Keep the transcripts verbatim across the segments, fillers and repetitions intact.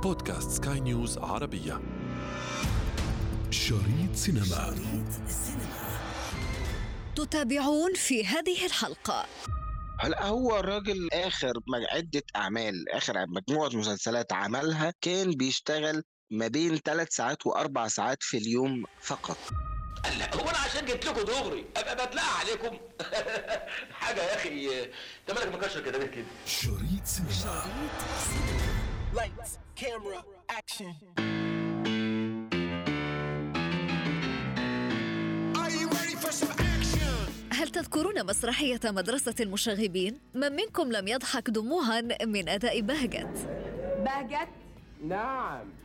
بودكاست سكاي نيوز عربية. شريط سينما. شريط السينما. تتابعون في هذه الحلقة. هلا هو الراجل آخر عدة أعمال، آخر مجموعة مسلسلات عملها كان بيشتغل ما بين ثلاث ساعات وأربع ساعات في اليوم فقط. لا هو أنا عشان جبت لكم دغري أبقى بتلاقى عليكم حاجة يا أخي. أنت مالك مكشر كده ليه كده؟ شريط سينما. Lights, camera, action. Are you ready for some action? هل تذكرون مسرحية مدرسة المشاغبين؟ من منكم لم يضحك دموعا من أداء بهجت؟ بهجت؟ نعم.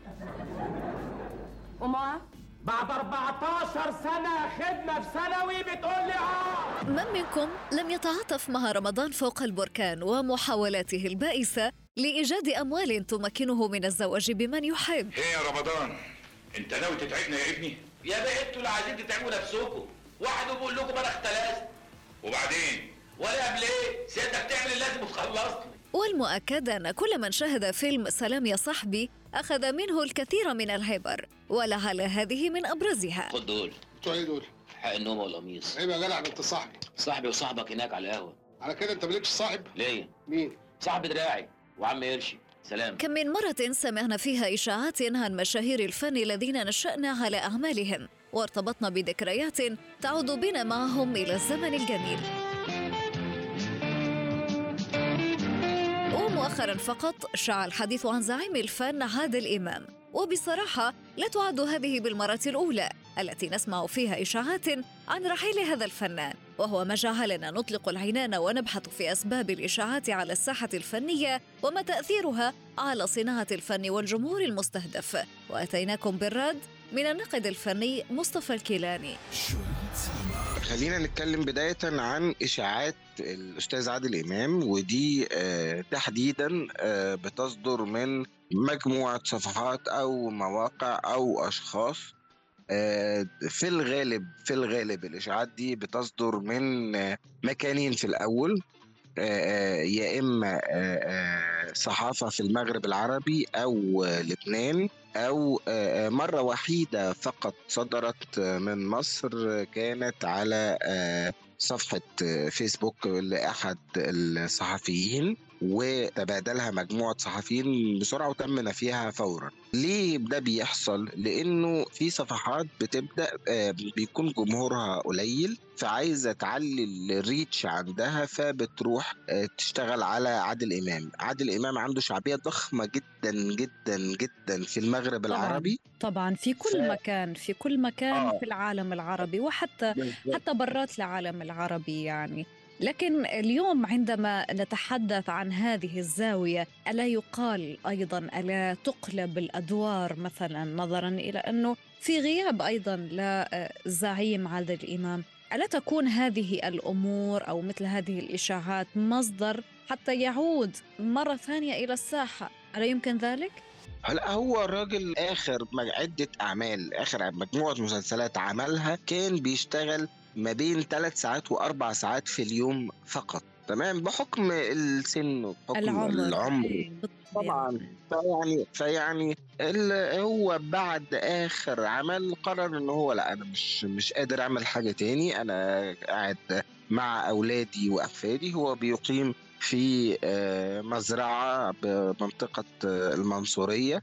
وما؟ بعد أربعتاشر سنة خدمة في ثانوي بتقول لي اه. من منكم لم يتعاطف مع رمضان فوق البركان ومحاولاته البائسة لإيجاد أموال تمكنه من الزواج بمن يحب؟ إيه يا رمضان؟ أنت ناوي تتعبنا يا ابني؟ يا بقى أنتوا اللي عايزين تتعبوا نفسكم. واحد بيقول لكم أنا اختلست وبعدين ولا قبل إيه؟ سيادتك تعمل اللازم وتخلصني. والمؤكد أن كل من شاهد فيلم سلام يا صاحبي أخذ منه الكثير من العبر، ولعل هذه من أبرزها. خد دول. بتوع ايه دول؟ حق النوم والقميص. عيب يا جدع، انت صاحبي. صاحبي وصاحبك هناك على القهوة. على كده انت مالكش صاحب؟ ليه؟ مين؟ صاحب دراعي وعم قرشي. سلام. كم من مرة سمعنا فيها إشاعات عن مشاهير الفن الذين نشأنا على أعمالهم وارتبطنا بذكريات تعود بنا معهم إلى الزمن الجميل. ومؤخرا فقط شاع الحديث عن زعيم الفن عادل إمام، وبصراحة لا تعد هذه بالمرة الأولى التي نسمع فيها إشاعات عن رحيل هذا الفنان، وهو ما جعلنا نطلق العنان ونبحث في أسباب الإشاعات على الساحة الفنية وما تأثيرها على صناعة الفن والجمهور المستهدف. وأتيناكم بالرد من الناقد الفني مصطفى الكيلاني. خلينا نتكلم بداية عن إشاعات الأستاذ عادل إمام، ودي آه تحديدا آه بتصدر من مجموعة صفحات أو مواقع أو أشخاص. آه في الغالب في الغالب الإشاعات دي بتصدر من آه مكانين في الأول، آه يا إما آه صحافة في المغرب العربي أو آه لبنان، أو آه مرة وحيدة فقط صدرت من مصر، كانت على آه صفحة فيسبوك لأحد الصحفيين وتبادلها مجموعة صحفيين بسرعة وتم نفيها فورا. ليه ده بيحصل؟ لأنه في صفحات بتبدأ بيكون جمهورها قليل فعايزة تعلي الريتش عندها، فبتروح تشتغل على عادل إمام. عادل إمام عنده شعبية ضخمة جدا جدا جدا في المغرب طبعاً العربي، طبعا في كل ف... مكان في كل مكان آه. في العالم العربي، وحتى بالضبط. حتى برات العالم العربي يعني. لكن اليوم عندما نتحدث عن هذه الزاوية، ألا يقال أيضا ألا تقلب الأدوار مثلا نظرا إلى أنه في غياب أيضا للزعيم عادل إمام؟ ألا تكون هذه الأمور أو مثل هذه الإشاعات مصدر حتى يعود مرة ثانية إلى الساحة؟ ألا يمكن ذلك؟ هلا هو الراجل آخر عدة أعمال، آخر مجموعة مسلسلات عملها كان بيشتغل ما بين ثلاث ساعات وأربع ساعات في اليوم فقط، تمام، بحكم السن وبحكم العمر, العمر. طبعا فيعني فيعني هو بعد آخر عمل قرر إنه هو لا، أنا مش مش قادر أعمل حاجة تاني، أنا قاعد مع أولادي وأحفادي. هو بيقيم في مزرعة بمنطقة المنصورية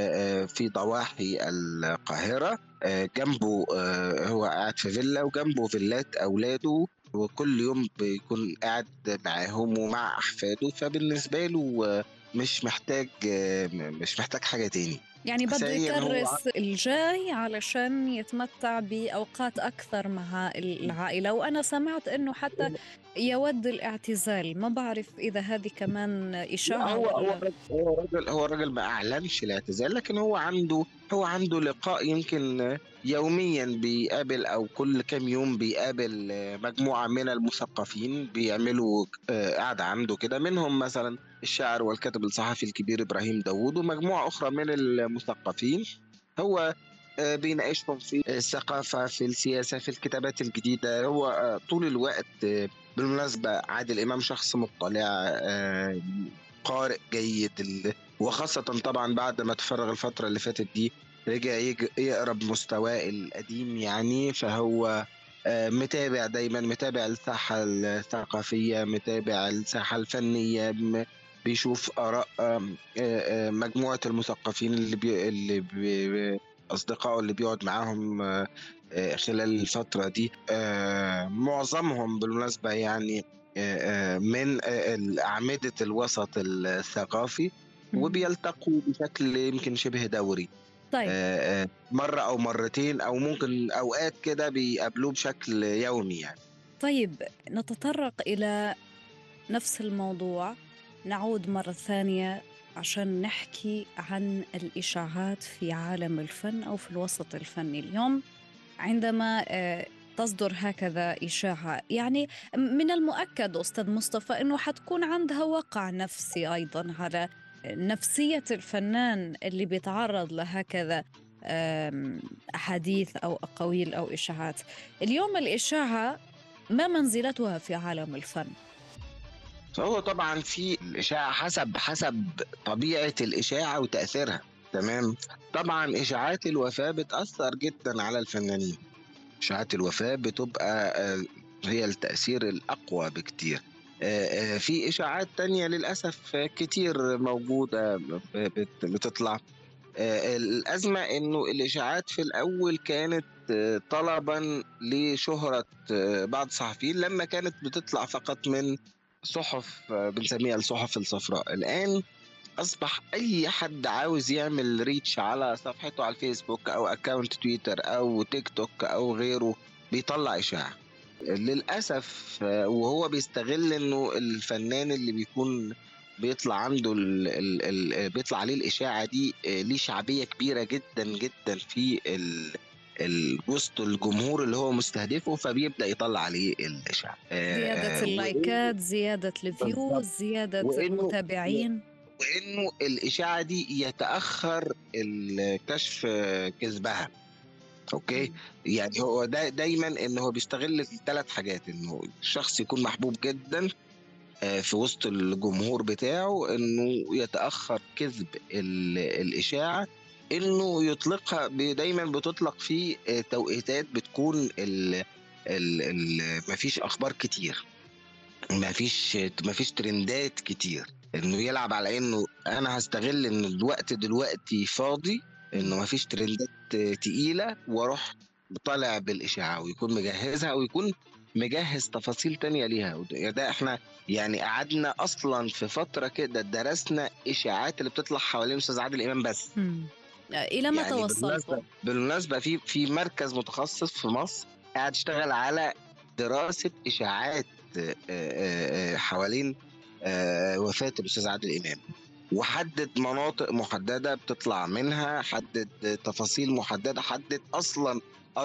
في ضواحي القاهرة، جنبه هو قاعد في فيلا وجنبه فيلات أولاده، وكل يوم بيكون قاعد معاهم ومع أحفاده، فبالنسبة له مش محتاج مش محتاج حاجة تاني. يعني بده يكرس الجاي علشان يتمتع بأوقات أكثر مع العائلة. وأنا سمعت أنه حتى يود الاعتزال، ما بعرف إذا هذه كمان إشاعة. هو هو هو الراجل هو الراجل ما أعلنش الاعتزال، لكن هو عنده هو عنده لقاء يمكن يوميا بيقابل أو كل كام يوم بيقابل مجموعة من المثقفين بيعملوا قاعدة عنده كده، منهم مثلا الشاعر والكاتب الصحفي الكبير إبراهيم داوود ومجموعة أخرى من المثقفين. هو بيناقشهم في الثقافة، في السياسة، في الكتابات الجديدة. هو طول الوقت، بالمناسبة عادل إمام شخص مطلع، قارئ جيد، وخاصة طبعا بعد ما تفرغ الفترة اللي فاتت دي رجع يج- يقرا بمستواه القديم يعني. فهو آه، متابع دايما، متابع الساحة الثقافية، متابع الساحة الفنية، م- بيشوف آراء آم، آه، آه، مجموعة المثقفين اللي بي اللي بي أصدقائه اللي بيقعد معاهم آه، آه، خلال الفترة دي. آه، معظمهم بالمناسبة يعني آه، آه، من آه، أعمدة الوسط الثقافي، مم. وبيلتقوا بشكل يمكن شبه دوري. طيب. آه، آه، مرة أو مرتين أو ممكن أوقات كده بيقابلوه بشكل يومي يعني. طيب، نتطرق إلى نفس الموضوع، نعود مرة ثانية عشان نحكي عن الإشاعات في عالم الفن أو في الوسط الفني اليوم. عندما آه، تصدر هكذا إشاعة، يعني من المؤكد أستاذ مصطفى أنه حتكون عندها وقع نفسي أيضا على نفسية الفنان اللي بيتعرض لهكذا آم، أحاديث أو أقاويل أو إشاعات. اليوم الإشاعة ما منزلتها في عالم الفن؟ فهو طبعا في الإشاعة حسب حسب طبيعة الإشاعة وتأثيرها. تمام. طبعا إشاعات الوفاة بتأثر جدا على الفنانين. إشاعات الوفاة بتبقى آه، هي التأثير الأقوى بكتير. آه، آه، في إشاعات تانية للأسف آه، كتير موجودة ب- بت- بتطلع. آه، الأزمة إنه الإشاعات في الأول كانت آه، طلبا لشهرة آه، بعض الصحفيين لما كانت بتطلع فقط من صحف آه، بنسميها الصحف الصفراء. الآن أصبح أي حد عاوز يعمل ريتش على صفحته على الفيسبوك أو أكاونت تويتر أو تيك توك أو غيره بيطلع إشاعة للأسف. آه، وهو بيستغل إنه الفنان اللي بيكون بيطلع عنده ال ال ال بيطلع عليه الإشاعة دي آه، ليه شعبية كبيرة جدا جدا في ال ال- وسط الجمهور اللي هو مستهدفه، فبيبدأ يطلع عليه الإشاعة. آه، زيادة آه، وإنه اللايكات، زيادة الفيوز، بالظبط. زيادة وإنه المتابعين. وإنه الإشاعة دي يتأخر الكشف كذبها. اوكي. مم. يعني هو دا دايما ان هو بيستغل الثلاث حاجات: انه الشخص يكون محبوب جدا آه، في وسط الجمهور بتاعه، انه يتاخر كذب ال- الاشاعه، انه يطلقها ب- دايما بتطلق في آه، توقيتات بتكون ال ال ال مفيش اخبار كتير، مفيش مفيش ترندات كتير. انه يلعب على انه انا هستغل ان الوقت دلوقتي فاضي، مم. انه مفيش ترندات تقيلة، واروح طالع بالاشاعة ويكون مجهزها ويكون مجهز تفاصيل تانية ليها. وده ده احنا يعني قعدنا اصلا في فترة كده درسنا اشاعات اللي بتطلع حوالين الاستاذ عادل امام بس. مم. إلى متى يعني بالمناسبة وصلتوا؟ بالمناسبة في في مركز متخصص في مصر قاعد يشتغل على دراسة إشاعات آه، آه، آه، حوالين آه، وفاة الأستاذ عادل إمام، وحدد مناطق محددة بتطلع منها، حدد تفاصيل محددة، حدد أصلا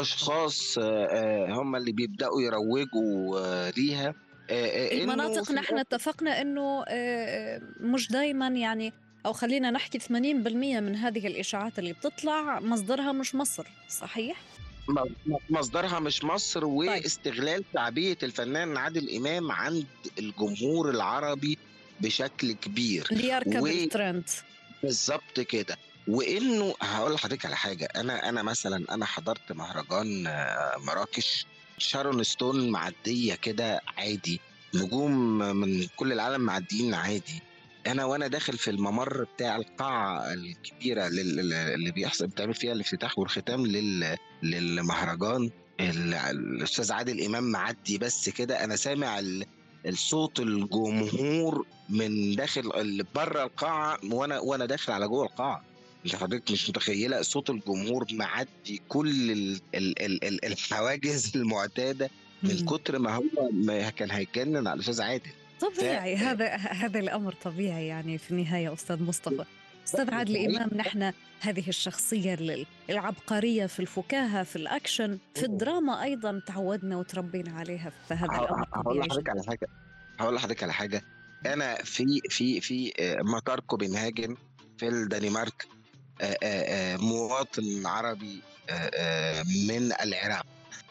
أشخاص آه، آه، هم اللي بيبدأوا يروجوا آه، ليها. آه، آه، إنه المناطق في نحن الآخر اتفقنا انه آه، مش دائما يعني، او خلينا نحكي ثمانين بالمئة من هذه الاشاعات اللي بتطلع مصدرها مش مصر، صحيح؟ م- مصدرها مش مصر، طيب. واستغلال شعبية الفنان عادل إمام عند الجمهور العربي بشكل كبير. ليركب الترند. وبالظبط كده. وإنه هقول لحضرتك على حاجة: أنا أنا مثلا أنا حضرت مهرجان آه، مراكش، شارون ستون معدية كده عادي، نجوم من كل العالم معديين عادي. انا وانا داخل في الممر بتاع القاعه الكبيره لل- اللي بيحصل بتعمل فيها الافتتاح والختام لل... للمهرجان، ال- الاستاذ عادل امام معدي بس كده، انا سامع ال... الصوت الجمهور من داخل ال- بره القاعه، وانا وانا داخل على جوه القاعه. انت حضرتك مش متخيله صوت الجمهور معدي كل ال... ال... ال... ال- الحواجز المعتاده، من مم. كتر ما هو ما كان هيتجنن على الاستاذ عادل. ف طبيعي، هذا هذا الامر طبيعي يعني في النهايه. استاذ مصطفى، استاذ عادل صحيح. امام، نحن هذه الشخصيه ال- العبقريه في الفكاهه، في الاكشن، في الدراما ايضا تعودنا وتربينا عليها، فهذا ه- الامر هقول طبيعي لحضرتك جدا. على حاجه هقول لحضرتك على حاجه انا في في في آه، مطار كوبنهاجن في الدنمارك، آه، آه، آه، مواطن عربي آه، آه، من العراق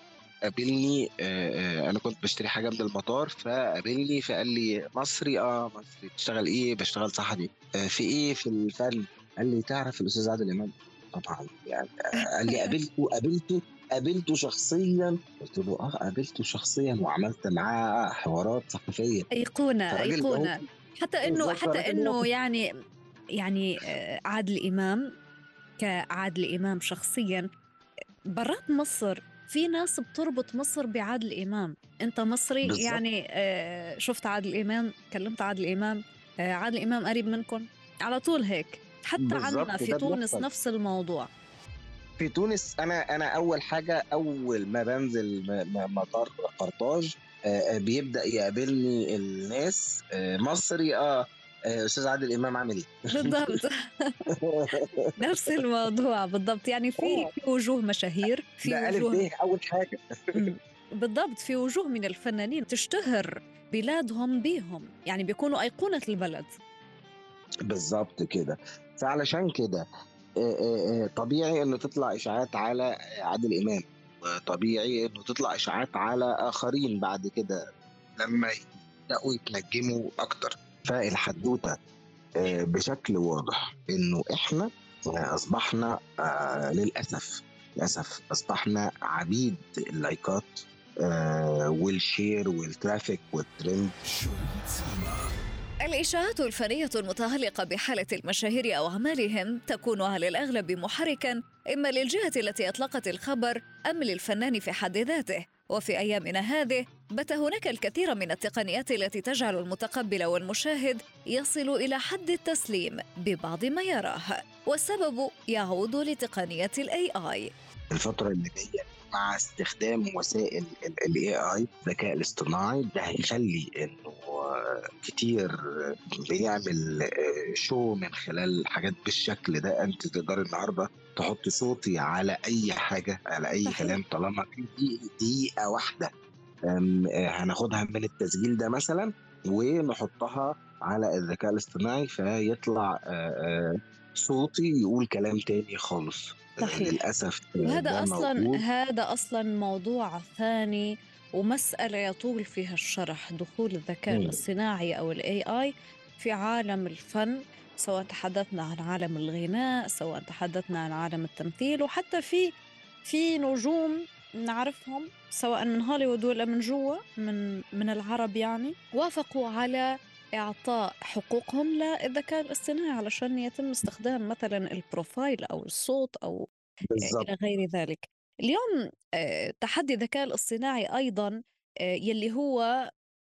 قابلني. آه، آه، انا كنت بشتري حاجه من المطار، فقابلني فقال لي مصري؟ اه مصري. بتشتغل ايه؟ بشتغل صحفي. آه، في ايه؟ في الفن. قال لي تعرف الاستاذ عادل امام؟ طبعا يعني. آه، قال لي قابلته قابلته قابلته شخصيا. قلت له اه قابلته شخصيا وعملت معاه حوارات صحفيه. أيقونة فالراجل هو أيقونة. حتى إنه بالظبط حتى الراجل هو إنه يعني يعني آه، عادل إمام كعادل إمام شخصيا برات مصر في ناس بتربط مصر بعادل إمام. أنت مصري بالظبط. يعني آه، شفت عادل إمام، كلمت عادل إمام، آه، عادل إمام قريب منكم على طول هيك. حتى عنا بالظبط في ده تونس بيحصل نفس الموضوع. في تونس. انا انا اول حاجه اول ما بنزل م- م- مطار قرطاج، آه، آه، بيبدا يقابلني الناس. آه، مصري؟ اه آه، استاذ عادل امام عامل ايه؟ بالضبط. نفس الموضوع بالضبط. يعني في آه، في وجوه مشاهير، في ده الف وجوه. ب اول حاجه. مم. بالضبط، في وجوه من الفنانين تشتهر بلادهم بيهم، يعني بيكونوا أيقونة البلد. بالظبط كده. فعلشان كده آه، آه، آه، طبيعي انه تطلع اشاعات على عادل امام، وطبيعي انه تطلع اشاعات على اخرين بعد كده لما يبداوا يتنجموا اكتر. فالحدوته آه، بشكل واضح انه احنا آه، اصبحنا آه، للاسف للاسف اصبحنا عبيد اللايكات آه، والشير والترافيك والترند. شريط سينما. الإشاعات الفنية المتعلقة بحالة المشاهير أو أعمالهم تكون على الأغلب محركاً إما للجهة التي أطلقت الخبر أم للفنان في حد ذاته. وفي أيامنا هذه بات هناك الكثير من التقنيات التي تجعل المتقبل والمشاهد يصل إلى حد التسليم ببعض ما يراه، والسبب يعود لتقنية ال إيه آي. الفترة اللي جاية مع استخدام وسائل ال إيه آي الذكاء الاصطناعي، ده هيخلي انه آه، كتير بيعمل آه، شو من خلال حاجات بالشكل ده. انت تقدر النهارده تحط صوتي على اي حاجة، على اي صحيح. كلام، طالما في دقيقة دقيقة واحدة أم، آه، هناخدها من التسجيل ده مثلا ونحطها على الذكاء الاصطناعي فيطلع آه، آه، صوتي يقول كلام تاني خالص. آه، صحيح. للأسف آه، وهذا ده أصلاً موجود. هذا أصلاً موضوع ثاني ومسألة يطول فيها الشرح، دخول الذكاء مم. الاصطناعي أو ال إيه آي في عالم الفن، سواء تحدثنا عن عالم الغناء، سواء تحدثنا عن عالم التمثيل، وحتى في في نجوم نعرفهم سواء من هوليوود ولا من جوا من من العرب، يعني وافقوا على إعطاء حقوقهم للذكاء الاصطناعي علشان يتم استخدام مثلا البروفايل أو الصوت أو بالظبط. إلى غير ذلك. اليوم آه، تحدي الذكاء الاصطناعي أيضا آه، يلي هو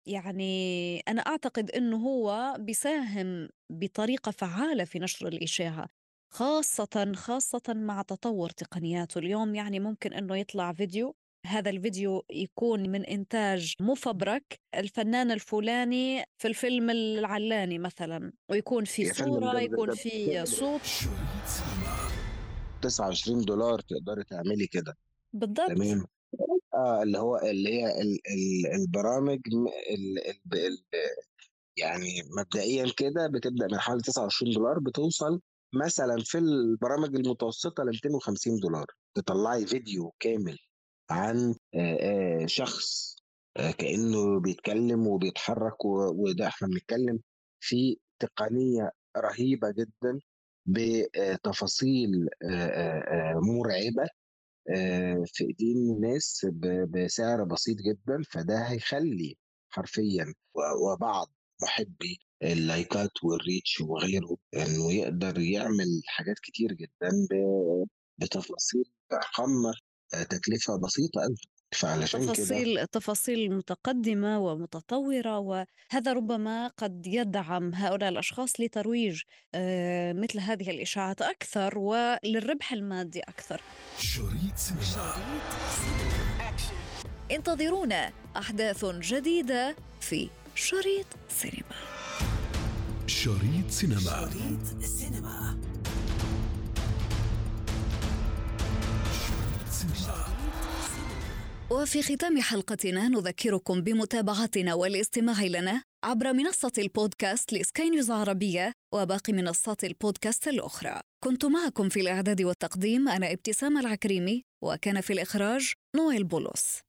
يعني أنا أعتقد أنه هو بيساهم بطريقة فعالة في نشر الإشاعة، خاصة خاصة مع تطور تقنياته. اليوم يعني ممكن أنه يطلع فيديو، هذا الفيديو يكون من إنتاج مفبرك الفنان الفلاني في الفيلم العلاني مثلا، ويكون في يا فندم ده صورة، ده يكون ده في صوت. شريط سينما. تسعة وعشرين دولار تقدري تعملي كده. بالضبط. تمام. اه اللي هو اللي هي ال ال البرامج م- ال ال ال يعني مبدئيا كده بتبدأ من حوالي تسعة وعشرين دولار، بتوصل مثلا في البرامج المتوسطة ل مئتين وخمسين دولار تطلعي فيديو كامل عن آه، آه، شخص آه، كأنه بيتكلم وبيتحرك و- وده احنا بنتكلم في تقنية رهيبة جدا بتفاصيل آه، آه، آه، مرعبة آه، في ايدين ناس ب- بسعر بسيط جدا. فده هيخلي حرفيا و- وبعض محبي اللايكات والريتش وغيره انه يقدر يعمل حاجات كتير جدا ب- بتفاصيل ارقام آه، تكلفة بسيطة أوي. فعلشان كده تفاصيل تفاصيل متقدمة ومتطورة، وهذا ربما قد يدعم هؤلاء الأشخاص لترويج آه، مثل هذه الإشاعات أكثر وللربح المادي أكثر. شريط سينما. انتظرونا أحداث جديدة في شريط سينما. شريط سينما. شريط سينما. شريط سينما. وفي ختام حلقتنا نذكركم بمتابعتنا والاستماع لنا عبر منصة البودكاست لسكاي نيوز عربية وباقي منصات البودكاست الأخرى. كنت معكم في الإعداد والتقديم أنا ابتسام العكريمي، وكان في الإخراج نويل بولس.